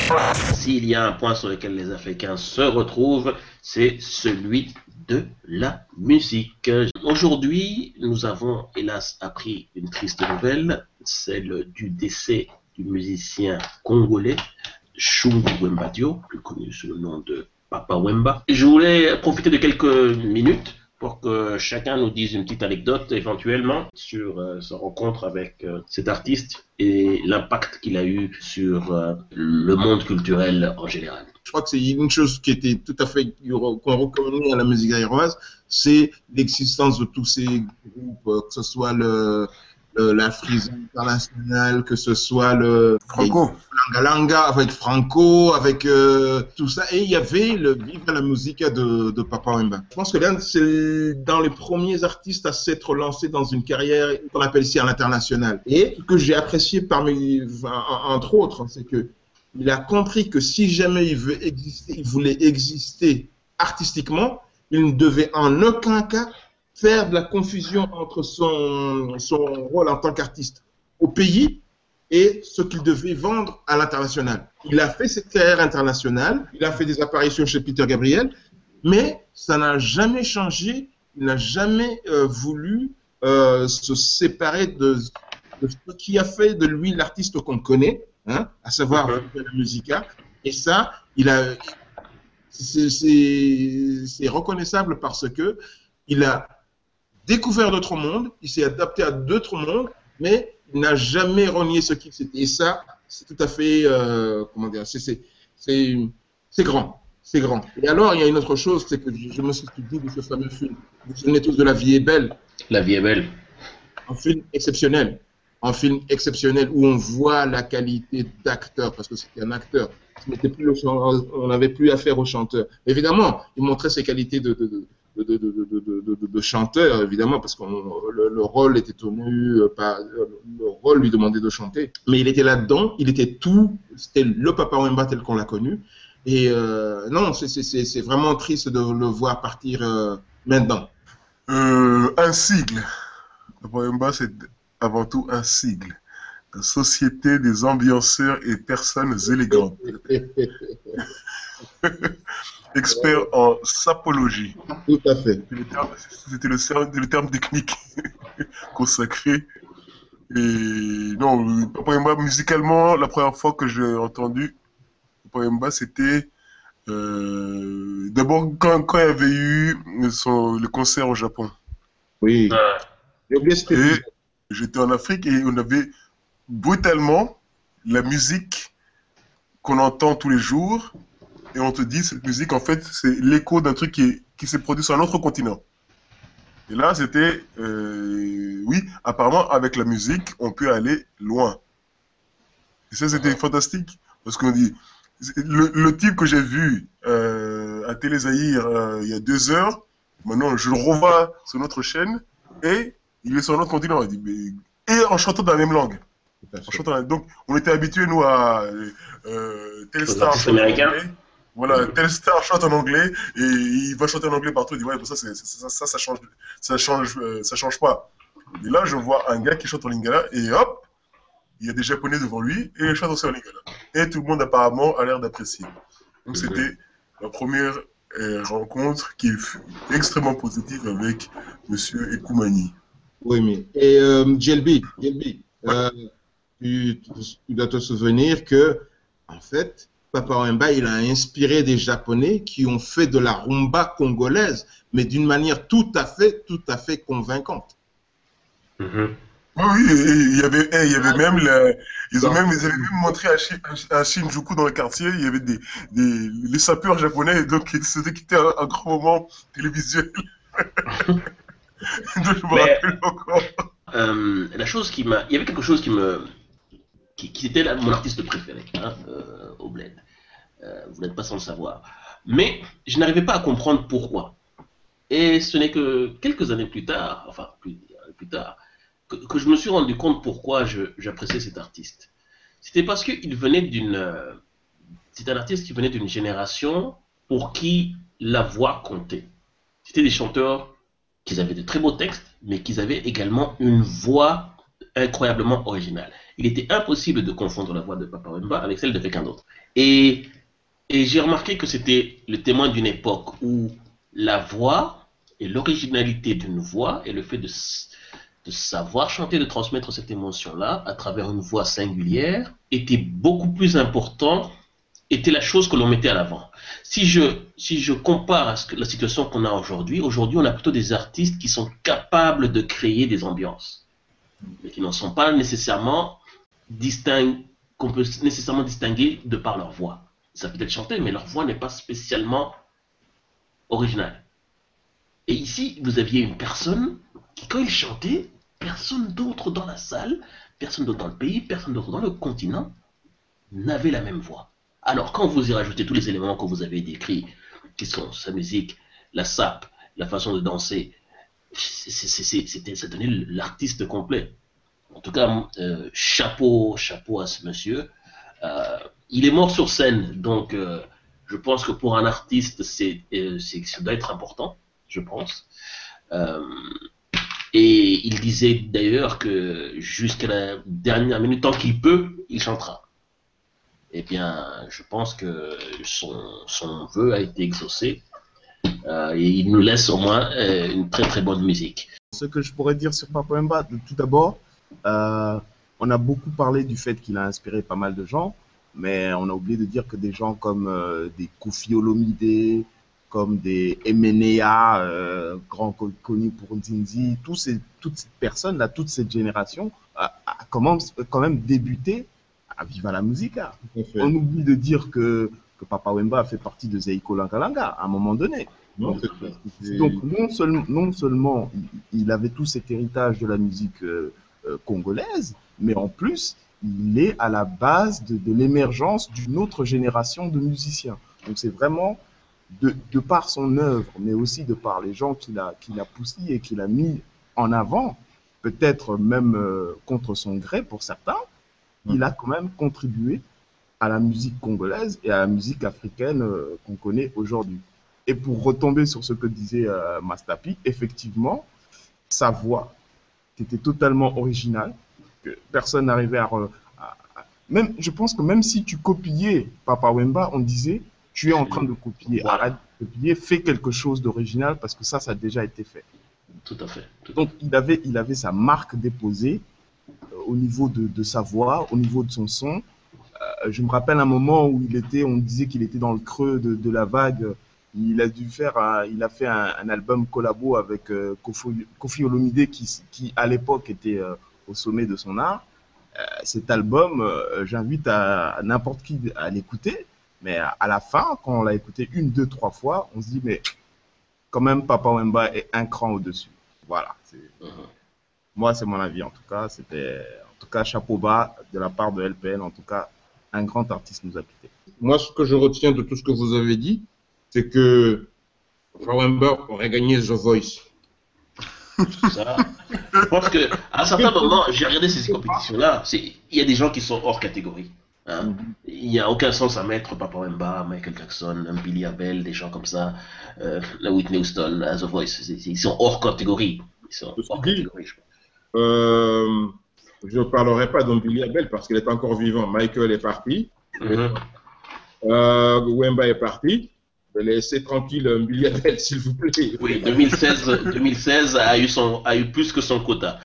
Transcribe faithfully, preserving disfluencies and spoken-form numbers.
S'il y a un point sur lequel les Africains se retrouvent, c'est celui de la musique. Aujourd'hui, nous avons hélas appris une triste nouvelle, celle du décès du musicien congolais Shungu Wemba Dio, plus connu sous le nom de Papa Wemba. Je voulais profiter de quelques minutes pour que chacun nous dise une petite anecdote éventuellement sur euh, sa rencontre avec euh, cet artiste et l'impact qu'il a eu sur euh, le monde culturel en général. Je crois que c'est une chose qui était tout à fait qu'on reconnaît à la musique aéroise, c'est l'existence de tous ces groupes, que ce soit le Le, la Frise internationale, que ce soit le Franco, Langa Langa avec Franco, avec euh, tout ça. Et il y avait le Vive la musique de, de Papa Wemba. Je pense que là, c'est dans les premiers artistes à s'être lancés dans une carrière qu'on appelle ici à l'international. Et ce que j'ai apprécié parmi, entre autres, c'est que il a compris que si jamais il veut exister, il voulait exister artistiquement, il ne devait en aucun cas faire de la confusion entre son, son rôle en tant qu'artiste au pays et ce qu'il devait vendre à l'international. Il a fait cette carrière internationale, il a fait des apparitions chez Peter Gabriel, mais ça n'a jamais changé, il n'a jamais euh, voulu euh, se séparer de, de ce qui a fait de lui l'artiste qu'on connaît, hein, à savoir la musica, et ça, il a, c'est reconnaissable parce que il a découvert d'autres mondes, il s'est adapté à d'autres mondes, mais il n'a jamais renié ce qu'il était. Et ça, c'est tout à fait, euh, comment dire, c'est grand, c'est grand. Et alors, il y a une autre chose, c'est que je, je me suis souvenu de ce fameux film. Vous vous souvenez tous de La vie est belle. La vie est belle. Un film exceptionnel, un film exceptionnel où on voit la qualité d'acteur, parce que c'était un acteur. Plus le, on n'avait plus affaire au chanteur. Évidemment, il montrait ses qualités de, de, de De, de, de, de, de, de, de chanteur, évidemment, parce que le, le rôle était tenu par, le rôle lui demandait de chanter. Mais il était là-dedans, il était tout, c'était le Papa Wemba tel qu'on l'a connu. Et euh, non, c'est vraiment triste de le voir partir euh, maintenant. Euh, un sigle. Papa Wemba, c'est avant tout un sigle. La Société des ambianceurs et personnes élégantes. Expert en sapologie. Tout à fait. C'était le, le terme technique consacré. Et non, Papa Wemba, musicalement, la première fois que j'ai entendu Papa Wemba, c'était euh, d'abord quand, quand il y avait eu son, le concert au Japon. Oui. Et j'étais en Afrique et on avait brutalement la musique qu'on entend tous les jours. Et on te dit, cette musique, en fait, c'est l'écho d'un truc qui, qui s'est produit sur un autre continent. Et là, c'était, euh, oui, apparemment, avec la musique, on peut aller loin. Et ça, c'était fantastique. Parce qu'on dit, le, le type que j'ai vu euh, à Télé Zahir euh, il y a deux heures, maintenant, je le revois sur notre chaîne, et il est sur un autre continent. Il dit, mais... Et en chantant dans la même langue. En chantant, donc, on était habitués, nous, à euh, Téléstar. Voilà, tel star chante en anglais et il va chanter en anglais partout. Il dit ouais, pour ça, ça, ça, ça, ça change, ça change, euh, ça change pas. Et là, je vois un gars qui chante en lingala et hop, il y a des Japonais devant lui et il chante aussi en lingala. Et tout le monde apparemment a l'air d'apprécier. Donc c'était la première euh, rencontre qui fut extrêmement positive avec Monsieur Ekumani. Oui, mais et euh, J L B, J L B, euh, tu, tu dois te souvenir que en fait. Papa Wemba, il a inspiré des Japonais qui ont fait de la rumba congolaise, mais d'une manière tout à fait, tout à fait convaincante. Mm-hmm. Oui, il y avait, il y avait même, la, ils ont même, ils avaient même montré à, Shin, à Shinjuku dans le quartier, il y avait des, des les sapeurs japonais, donc c'était un, un grand moment télévisuel. Donc je me mais, rappelle encore. Euh, la chose qui m'a, il y avait quelque chose qui me Qui, qui était là, mon artiste préféré hein, euh, au Bled. Euh, vous n'êtes pas sans le savoir. Mais je n'arrivais pas à comprendre pourquoi. Et ce n'est que quelques années plus tard, enfin plus, plus tard, que, que je me suis rendu compte pourquoi j'appréciais cet artiste. C'était parce qu'il venait d'une... Euh, c'est un artiste qui venait d'une génération pour qui la voix comptait. C'était des chanteurs qui avaient de très beaux textes, mais qui avaient également une voix incroyablement originale. Il était impossible de confondre la voix de Papa Wemba avec celle de quelqu'un d'autre. Et, et j'ai remarqué que c'était le témoin d'une époque où la voix et l'originalité d'une voix et le fait de, de savoir chanter, de transmettre cette émotion-là à travers une voix singulière était beaucoup plus important, était la chose que l'on mettait à l'avant. Si je, si je compare à ce que, la situation qu'on a aujourd'hui, aujourd'hui on a plutôt des artistes qui sont capables de créer des ambiances, mais qui n'en sont pas nécessairement distingués, qu'on peut nécessairement distinguer de par leur voix. Ça peut être chanté, mais leur voix n'est pas spécialement originale. Et ici, vous aviez une personne qui, quand il chantait, personne d'autre dans la salle, personne d'autre dans le pays, personne d'autre dans le continent n'avait la même voix. Alors, quand vous y rajoutez tous les éléments que vous avez décrits, qui sont sa musique, la sape, la façon de danser, c'était, ça donnait l'artiste complet. En tout cas, euh, chapeau, chapeau à ce monsieur. Euh, il est mort sur scène, donc euh, je pense que pour un artiste, c'est, euh, c'est, ça doit être important, je pense. Euh, et il disait d'ailleurs que jusqu'à la dernière minute, tant qu'il peut, il chantera. Eh bien, je pense que son, son vœu a été exaucé euh, et il nous laisse au moins euh, une très très bonne musique. Ce que je pourrais dire sur Papa Wemba, tout d'abord, euh, on a beaucoup parlé du fait qu'il a inspiré pas mal de gens, mais on a oublié de dire que des gens comme euh, des Koffi Olomide, comme des Emenea, euh, grand connu pour Nzinzi, tous ces, toutes ces personnes-là, toute cette génération a, a quand, quand même débuté à Viva la Musica. On oublie de dire que, que Papa Wemba a fait partie de Zeiko Langalanga à un moment donné. Non, donc, donc non, seul, non seulement il, il avait tout cet héritage de la musique euh, euh, congolaise, mais en plus, il est à la base de, de l'émergence d'une autre génération de musiciens. Donc c'est vraiment, de, de par son œuvre, mais aussi de par les gens qu'il a, qu'il a poussés et qu'il a mis en avant, peut-être même euh, contre son gré pour certains, il a quand même contribué à la musique congolaise et à la musique africaine euh, qu'on connaît aujourd'hui. Et pour retomber sur ce que disait euh, Mastapi, effectivement, sa voix, qui était totalement originale, que personne n'arrivait à, à, à... Même, je pense que même si tu copiais Papa Wemba, on disait, tu es en train de copier, voilà. Arrête de copier, fais quelque chose d'original, parce que ça, ça a déjà été fait. Tout à fait. Tout à Donc, fait. Il, avait, il avait sa marque déposée, au niveau de, de sa voix, au niveau de son son. Euh, je me rappelle un moment où il était, on disait qu'il était dans le creux de, de la vague. Il a dû faire, un, il a fait un, un album collabo avec euh, Koffi Olomide qui, qui à l'époque était euh, au sommet de son art. Euh, cet album, euh, j'invite à, à n'importe qui à l'écouter, mais à, à la fin, quand on l'a écouté une, deux, trois fois, on se dit mais quand même Papa Wemba est un cran au-dessus. Voilà. C'est... Uh-huh. Moi, c'est mon avis, en tout cas. C'était, en tout cas, chapeau bas de la part de L P N. En tout cas, un grand artiste nous a quittés. Moi, ce que je retiens de tout ce que vous avez dit, c'est que Papa Wemba aurait gagné The Voice. Ça, je pense qu'à un certain moment, j'ai regardé ces compétitions-là, il y a des gens qui sont hors catégorie. Hein. Il n'y a aucun sens à mettre Papa Wemba, Michael Jackson, Billy Abel, des gens comme ça, euh, la Whitney Houston, la The Voice. Ils sont hors catégorie. Ils sont hors catégorie, je pense. Euh, je ne parlerai pas de Billy Abel parce qu'il est encore vivant. Michael est parti. Mm-hmm. euh, Wemba est parti. Laissez tranquille Billy Abel, s'il vous plaît. Oui, deux mille seize, deux mille seize a, eu son, a eu plus que son quota.